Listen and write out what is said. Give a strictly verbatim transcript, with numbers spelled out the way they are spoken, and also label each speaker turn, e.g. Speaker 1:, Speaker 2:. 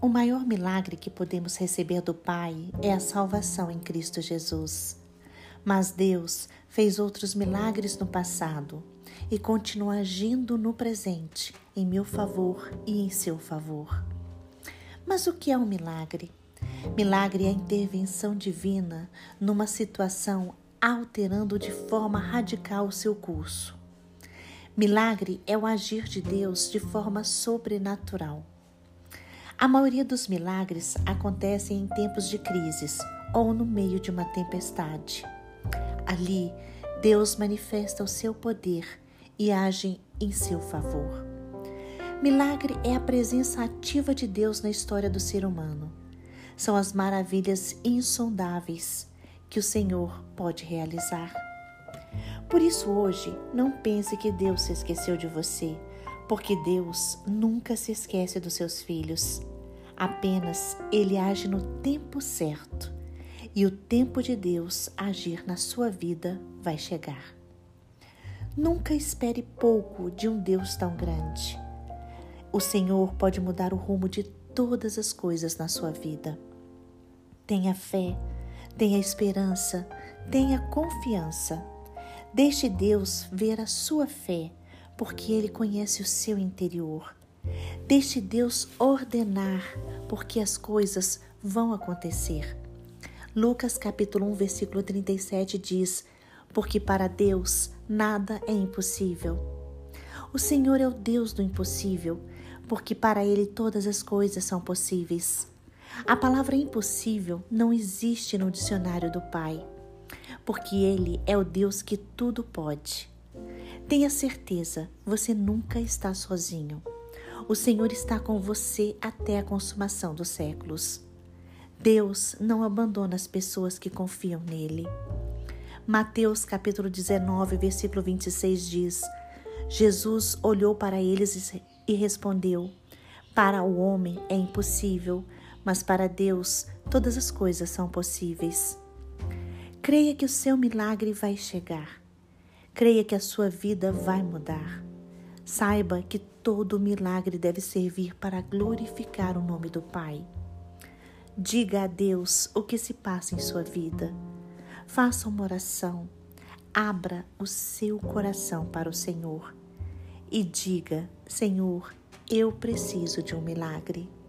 Speaker 1: O maior milagre que podemos receber do Pai é a salvação em Cristo Jesus. Mas Deus fez outros milagres no passado e continua agindo no presente, em meu favor e em seu favor. Mas o que é um milagre? Milagre é a intervenção divina numa situação alterando de forma radical o seu curso. Milagre é o agir de Deus de forma sobrenatural. A maioria dos milagres acontecem em tempos de crises ou no meio de uma tempestade. Ali, Deus manifesta o seu poder e age em seu favor. Milagre é a presença ativa de Deus na história do ser humano. São as maravilhas insondáveis que o Senhor pode realizar. Por isso, hoje, não pense que Deus se esqueceu de você, porque Deus nunca se esquece dos seus filhos. Apenas Ele age no tempo certo, e o tempo de Deus agir na sua vida vai chegar. Nunca espere pouco de um Deus tão grande. O Senhor pode mudar o rumo de todas as coisas na sua vida. Tenha fé, tenha esperança, tenha confiança. Deixe Deus ver a sua fé, porque Ele conhece o seu interior. Deixe Deus ordenar, porque as coisas vão acontecer. Lucas capítulo um, versículo trinta e sete diz: porque para Deus nada é impossível. O Senhor é o Deus do impossível, porque para Ele todas as coisas são possíveis. A palavra impossível não existe no dicionário do Pai, porque Ele é o Deus que tudo pode. Tenha certeza, você nunca está sozinho. O Senhor está com você até a consumação dos séculos. Deus não abandona as pessoas que confiam nele. Mateus capítulo dezenove, versículo vinte e seis diz: Jesus olhou para eles e respondeu: para o homem é impossível, mas para Deus todas as coisas são possíveis. Creia que o seu milagre vai chegar. Creia que a sua vida vai mudar. Saiba que todo milagre deve servir para glorificar o nome do Pai. Diga a Deus o que se passa em sua vida. Faça uma oração. Abra o seu coração para o Senhor e diga: Senhor, eu preciso de um milagre.